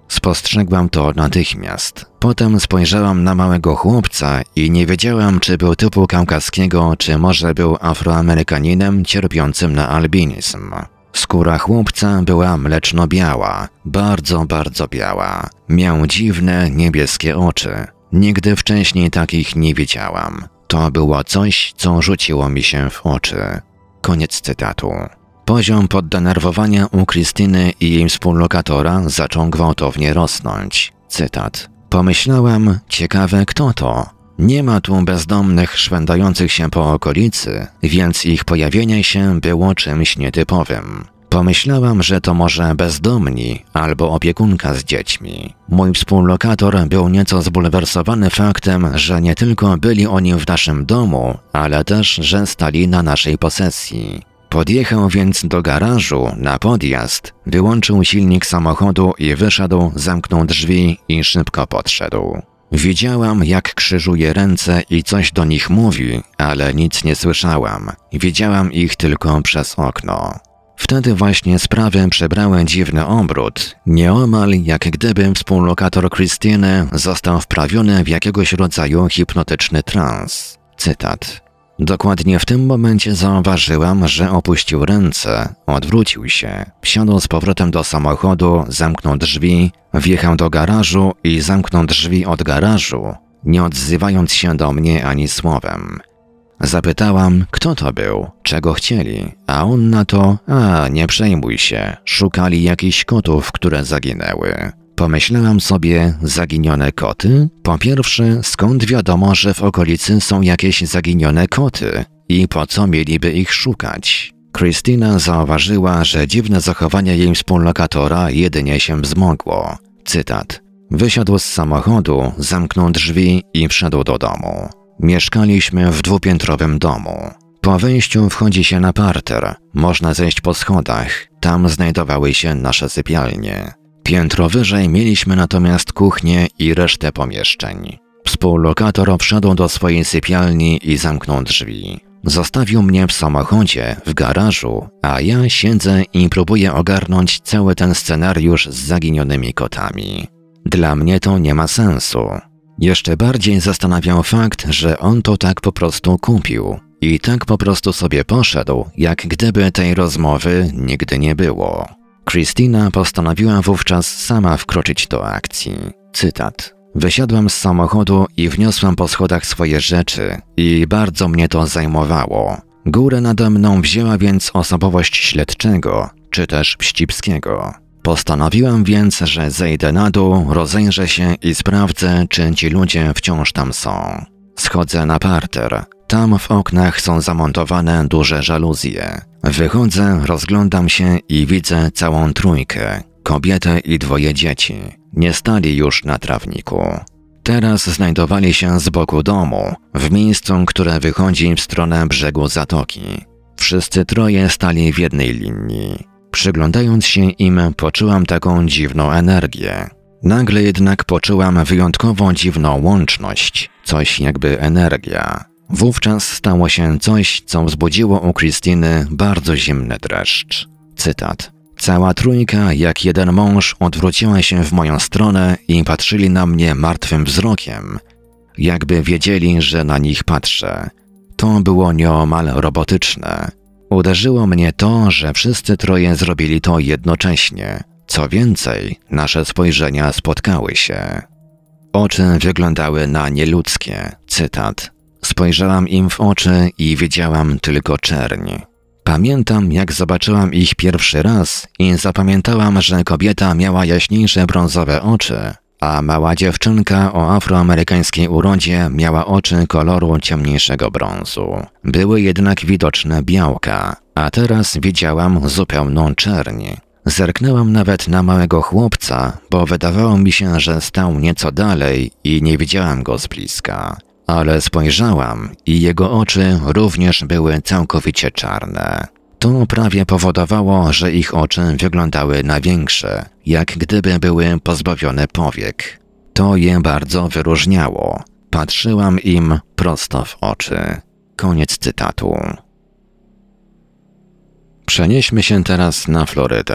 A: Spostrzegłam to natychmiast. Potem spojrzałam na małego chłopca i nie wiedziałam, czy był typu kaukaskiego, czy może był Afroamerykaninem cierpiącym na albinizm. Skóra chłopca była mleczno-biała, bardzo, bardzo biała. Miał dziwne, niebieskie oczy. Nigdy wcześniej takich nie widziałam. To było coś, co rzuciło mi się w oczy. Koniec cytatu. Poziom poddenerwowania u Krystyny i jej współlokatora zaczął gwałtownie rosnąć. Cytat. Pomyślałam, ciekawe kto to? Nie ma tu bezdomnych szwendających się po okolicy, więc ich pojawienie się było czymś nietypowym. Pomyślałam, że to może bezdomni albo opiekunka z dziećmi. Mój współlokator był nieco zbulwersowany faktem, że nie tylko byli oni w naszym domu, ale też, że stali na naszej posesji. Podjechał więc do garażu na podjazd, wyłączył silnik samochodu i wyszedł, zamknął drzwi i szybko podszedł. Widziałam, jak krzyżuje ręce i coś do nich mówi, ale nic nie słyszałam. Widziałam ich tylko przez okno. Wtedy właśnie sprawy przybrały dziwny obrót, nieomal jak gdyby współlokator Krystyny został wprawiony w jakiegoś rodzaju hipnotyczny trans. Cytat. Dokładnie w tym momencie zauważyłam, że opuścił ręce, odwrócił się, wsiadł z powrotem do samochodu, zamknął drzwi, wjechał do garażu i zamknął drzwi od garażu, nie odzywając się do mnie ani słowem. Zapytałam, kto to był, czego chcieli, a on na to, nie przejmuj się, szukali jakichś kotów, które zaginęły. Pomyślałam sobie, zaginione koty? Po pierwsze, skąd wiadomo, że w okolicy są jakieś zaginione koty? I po co mieliby ich szukać? Krystyna zauważyła, że dziwne zachowanie jej współlokatora jedynie się wzmogło. Cytat. Wysiadł z samochodu, zamknął drzwi i wszedł do domu. Mieszkaliśmy w dwupiętrowym domu. Po wejściu wchodzi się na parter. Można zejść po schodach. Tam znajdowały się nasze sypialnie. Piętro wyżej mieliśmy natomiast kuchnię i resztę pomieszczeń. Współlokator wszedł do swojej sypialni i zamknął drzwi. Zostawił mnie w samochodzie, w garażu, a ja siedzę i próbuję ogarnąć cały ten scenariusz z zaginionymi kotami. Dla mnie to nie ma sensu. Jeszcze bardziej zastanawiał fakt, że on to tak po prostu kupił i tak po prostu sobie poszedł, jak gdyby tej rozmowy nigdy nie było. Krystyna postanowiła wówczas sama wkroczyć do akcji. Cytat. Wysiadłam z samochodu i wniosłam po schodach swoje rzeczy i bardzo mnie to zajmowało. Górę nade mną wzięła więc osobowość śledczego, czy też Wścibskiego. Postanowiłam więc, że zejdę na dół, rozejrzę się i sprawdzę, czy ci ludzie wciąż tam są. Schodzę na parter. Tam w oknach są zamontowane duże żaluzje. Wychodzę, rozglądam się i widzę całą trójkę. Kobietę i dwoje dzieci. Nie stali już na trawniku. Teraz znajdowali się z boku domu, w miejscu, które wychodzi w stronę brzegu zatoki. Wszyscy troje stali w jednej linii. Przyglądając się im, poczułam taką dziwną energię. Nagle jednak poczułam wyjątkowo dziwną łączność, coś jakby energia. Wówczas stało się coś, co wzbudziło u Krystyny bardzo zimny dreszcz. Cytat. Cała trójka, jak jeden mąż, odwróciła się w moją stronę i patrzyli na mnie martwym wzrokiem. Jakby wiedzieli, że na nich patrzę. To było nieomal robotyczne. Uderzyło mnie to, że wszyscy troje zrobili to jednocześnie. Co więcej, nasze spojrzenia spotkały się. Oczy wyglądały na nieludzkie. Cytat. Spojrzałam im w oczy i widziałam tylko czerń. Pamiętam, jak zobaczyłam ich pierwszy raz i zapamiętałam, że kobieta miała jaśniejsze brązowe oczy, a mała dziewczynka o afroamerykańskiej urodzie miała oczy koloru ciemniejszego brązu. Były jednak widoczne białka, a teraz widziałam zupełną czerń. Zerknęłam nawet na małego chłopca, bo wydawało mi się, że stał nieco dalej i nie widziałam go z bliska. Ale spojrzałam i jego oczy również były całkowicie czarne. To prawie powodowało, że ich oczy wyglądały na większe, jak gdyby były pozbawione powiek. To je bardzo wyróżniało. Patrzyłam im prosto w oczy. Koniec cytatu. Przenieśmy się teraz na Florydę.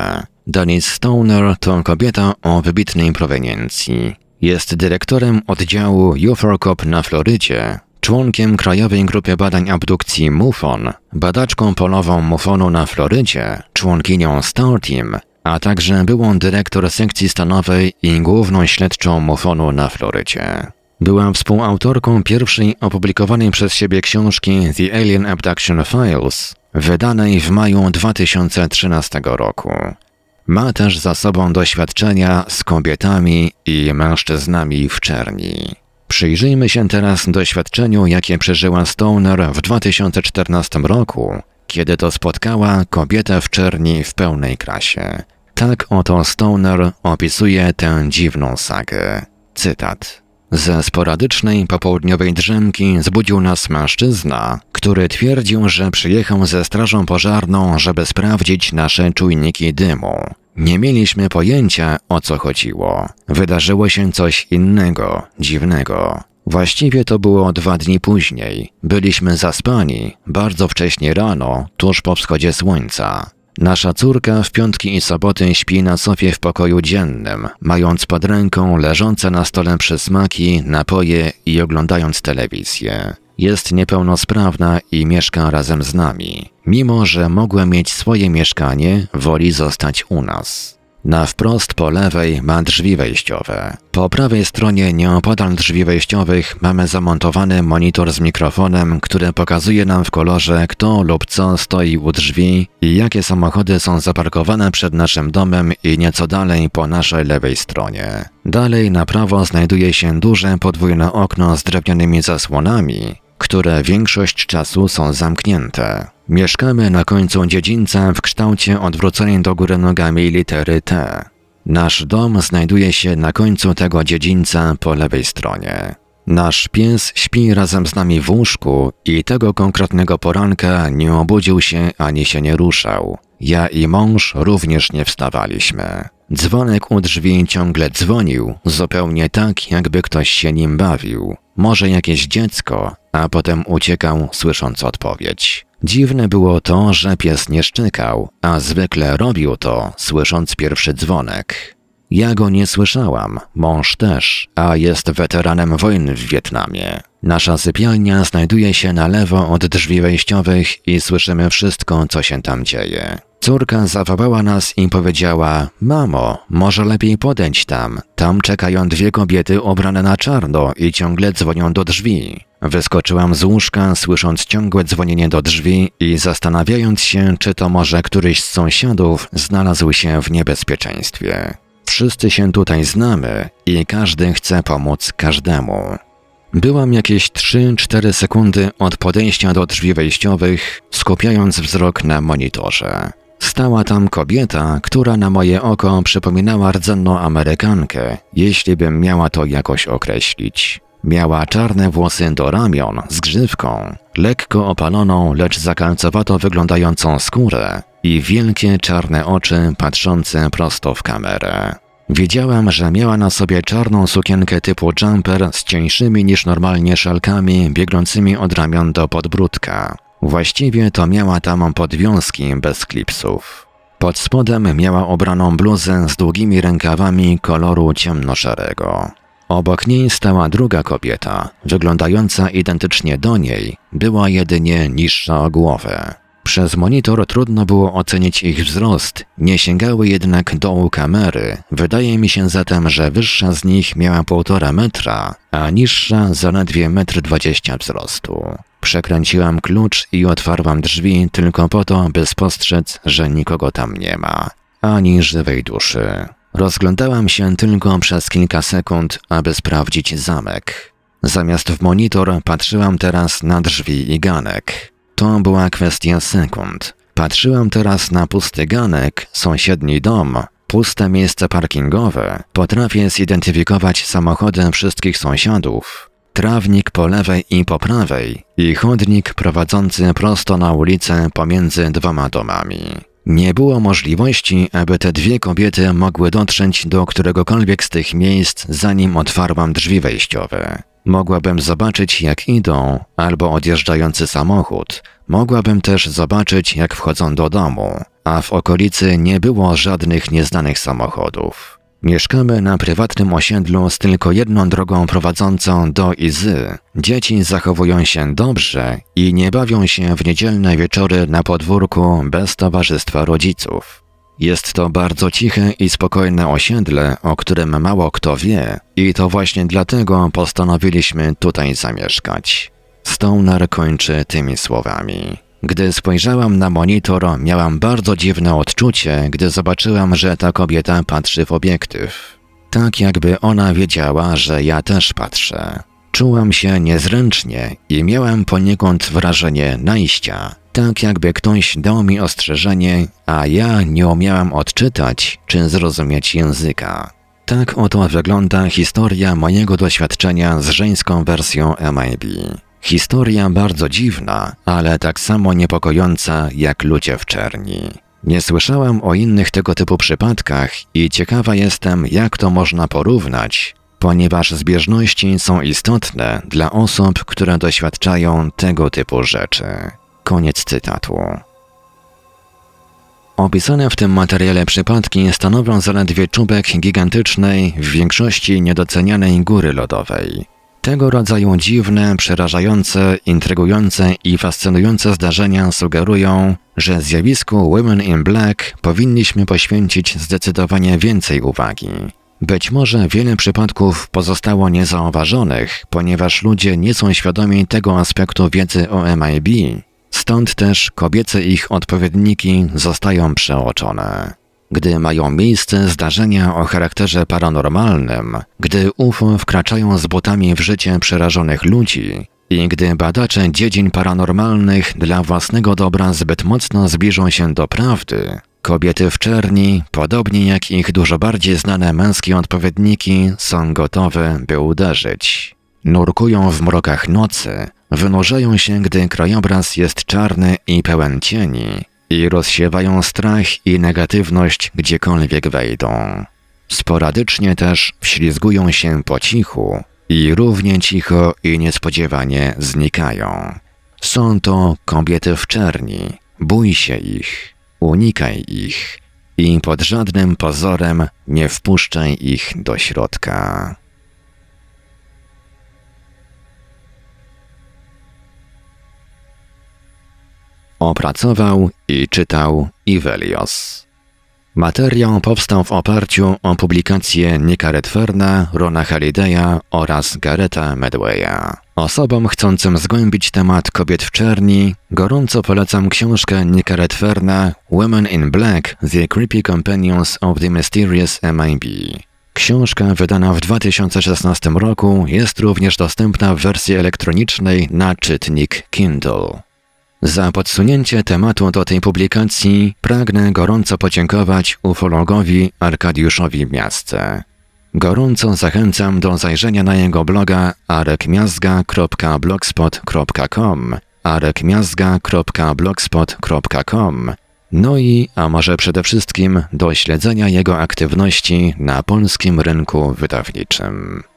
A: Denise Stoner to kobieta o wybitnej proweniencji. Jest dyrektorem oddziału UFORCOP na Florydzie, członkiem Krajowej Grupy Badań Abdukcji MUFON, badaczką polową MUFON-u na Florydzie, członkinią Star Team, a także byłą dyrektor sekcji stanowej i główną śledczą MUFON-u na Florydzie. Była współautorką pierwszej opublikowanej przez siebie książki The Alien Abduction Files, wydanej w maju 2013 roku. Ma też za sobą doświadczenia z kobietami i mężczyznami w czerni. Przyjrzyjmy się teraz doświadczeniu, jakie przeżyła Stoner w 2014 roku, kiedy to spotkała kobietę w czerni w pełnej krasie. Tak oto Stoner opisuje tę dziwną sagę. Cytat. Ze sporadycznej popołudniowej drzemki zbudził nas mężczyzna, który twierdził, że przyjechał ze strażą pożarną, żeby sprawdzić nasze czujniki dymu. Nie mieliśmy pojęcia, o co chodziło. Wydarzyło się coś innego, dziwnego. Właściwie to było 2 dni później. Byliśmy zaspani, bardzo wcześnie rano, tuż po wschodzie słońca. Nasza córka w piątki i soboty śpi na sofie w pokoju dziennym, mając pod ręką leżące na stole przysmaki, napoje i oglądając telewizję. Jest niepełnosprawna i mieszka razem z nami. Mimo że mogła mieć swoje mieszkanie, woli zostać u nas. Na wprost po lewej ma drzwi wejściowe. Po prawej stronie nieopodal drzwi wejściowych mamy zamontowany monitor z mikrofonem, który pokazuje nam w kolorze, kto lub co stoi u drzwi i jakie samochody są zaparkowane przed naszym domem i nieco dalej po naszej lewej stronie. Dalej na prawo znajduje się duże podwójne okno z drewnianymi zasłonami, które większość czasu są zamknięte. Mieszkamy na końcu dziedzińca w kształcie odwróconej do góry nogami litery T. Nasz dom znajduje się na końcu tego dziedzińca po lewej stronie. Nasz pies śpi razem z nami w łóżku i tego konkretnego poranka nie obudził się ani się nie ruszał. Ja i mąż również nie wstawaliśmy. Dzwonek u drzwi ciągle dzwonił, zupełnie tak, jakby ktoś się nim bawił. Może jakieś dziecko, a potem uciekał, słysząc odpowiedź. Dziwne było to, że pies nie szczekał, a zwykle robił to, słysząc pierwszy dzwonek. Ja go nie słyszałam, mąż też, a jest weteranem wojny w Wietnamie. Nasza sypialnia znajduje się na lewo od drzwi wejściowych i słyszymy wszystko, co się tam dzieje. Córka zawołała nas i powiedziała: mamo, może lepiej podejdź tam. Tam czekają 2 kobiety ubrane na czarno i ciągle dzwonią do drzwi. Wyskoczyłam z łóżka, słysząc ciągłe dzwonienie do drzwi i zastanawiając się, czy to może któryś z sąsiadów znalazł się w niebezpieczeństwie. Wszyscy się tutaj znamy i każdy chce pomóc każdemu. Byłam jakieś 3-4 sekundy od podejścia do drzwi wejściowych, skupiając wzrok na monitorze. Stała tam kobieta, która na moje oko przypominała rdzenną Amerykankę, jeśli bym miała to jakoś określić. Miała czarne włosy do ramion z grzywką, lekko opaloną, lecz zakalcowato wyglądającą skórę i wielkie czarne oczy patrzące prosto w kamerę. Wiedziałam, że miała na sobie czarną sukienkę typu jumper z cieńszymi niż normalnie szalkami biegnącymi od ramion do podbródka. Właściwie to miała tam podwiązki bez klipsów. Pod spodem miała ubraną bluzę z długimi rękawami koloru ciemnoszarego. Obok niej stała druga kobieta, wyglądająca identycznie do niej, była jedynie niższa o głowę. Przez monitor trudno było ocenić ich wzrost, nie sięgały jednak dołu kamery. Wydaje mi się zatem, że wyższa z nich miała 1,5 metra, a niższa zaledwie 1,20 m wzrostu. Przekręciłam klucz i otwarłam drzwi tylko po to, by spostrzec, że nikogo tam nie ma, ani żywej duszy. Rozglądałam się tylko przez kilka sekund, aby sprawdzić zamek. Zamiast w monitor patrzyłam teraz na drzwi i ganek. To była kwestia sekund. Patrzyłam teraz na pusty ganek, sąsiedni dom, puste miejsce parkingowe. Potrafię zidentyfikować samochody wszystkich sąsiadów. Trawnik po lewej i po prawej i chodnik prowadzący prosto na ulicę pomiędzy 2 domami. Nie było możliwości, aby te 2 kobiety mogły dotrzeć do któregokolwiek z tych miejsc, zanim otwarłam drzwi wejściowe. Mogłabym zobaczyć, jak idą, albo odjeżdżający samochód. Mogłabym też zobaczyć, jak wchodzą do domu, a w okolicy nie było żadnych nieznanych samochodów. Mieszkamy na prywatnym osiedlu z tylko jedną drogą prowadzącą do i z. Dzieci zachowują się dobrze i nie bawią się w niedzielne wieczory na podwórku bez towarzystwa rodziców. Jest to bardzo ciche i spokojne osiedle, o którym mało kto wie i to właśnie dlatego postanowiliśmy tutaj zamieszkać. Stoner kończy tymi słowami. Gdy spojrzałam na monitor, miałam bardzo dziwne odczucie, gdy zobaczyłam, że ta kobieta patrzy w obiektyw. Tak jakby ona wiedziała, że ja też patrzę. Czułam się niezręcznie i miałam poniekąd wrażenie najścia. Tak jakby ktoś dał mi ostrzeżenie, a ja nie umiałam odczytać czy zrozumieć języka. Tak oto wygląda historia mojego doświadczenia z żeńską wersją MIB. Historia bardzo dziwna, ale tak samo niepokojąca jak ludzie w czerni. Nie słyszałam o innych tego typu przypadkach i ciekawa jestem, jak to można porównać, ponieważ zbieżności są istotne dla osób, które doświadczają tego typu rzeczy. Koniec cytatu. Opisane w tym materiale przypadki stanowią zaledwie czubek gigantycznej, w większości niedocenianej góry lodowej. Tego rodzaju dziwne, przerażające, intrygujące i fascynujące zdarzenia sugerują, że zjawisku Women in Black powinniśmy poświęcić zdecydowanie więcej uwagi. Być może wiele przypadków pozostało niezauważonych, ponieważ ludzie nie są świadomi tego aspektu wiedzy o MIB, stąd też kobiece ich odpowiedniki zostają przeoczone. Gdy mają miejsce zdarzenia o charakterze paranormalnym, gdy UFO wkraczają z butami w życie przerażonych ludzi i gdy badacze dziedzin paranormalnych dla własnego dobra zbyt mocno zbliżą się do prawdy, kobiety w czerni, podobnie jak ich dużo bardziej znane męskie odpowiedniki, są gotowe, by uderzyć. Nurkują w mrokach nocy, wynurzają się, gdy krajobraz jest czarny i pełen cieni, i rozsiewają strach i negatywność gdziekolwiek wejdą. Sporadycznie też wślizgują się po cichu i równie cicho i niespodziewanie znikają. Są to kobiety w czerni. Bój się ich, unikaj ich i pod żadnym pozorem nie wpuszczaj ich do środka. Opracował i czytał Ivelios. Materiał powstał w oparciu o publikacje Nicka Redferna, Rona Hallidaya oraz Garretta Medwaya. Osobom chcącym zgłębić temat kobiet w czerni gorąco polecam książkę Nicka Redferna Women in Black – The Creepy Companions of the Mysterious MIB. Książka wydana w 2016 roku jest również dostępna w wersji elektronicznej na czytnik Kindle. Za podsunięcie tematu do tej publikacji pragnę gorąco podziękować ufologowi Arkadiuszowi Miazce. Gorąco zachęcam do zajrzenia na jego bloga arekmiazga.blogspot.com, no i, a może przede wszystkim, do śledzenia jego aktywności na polskim rynku wydawniczym.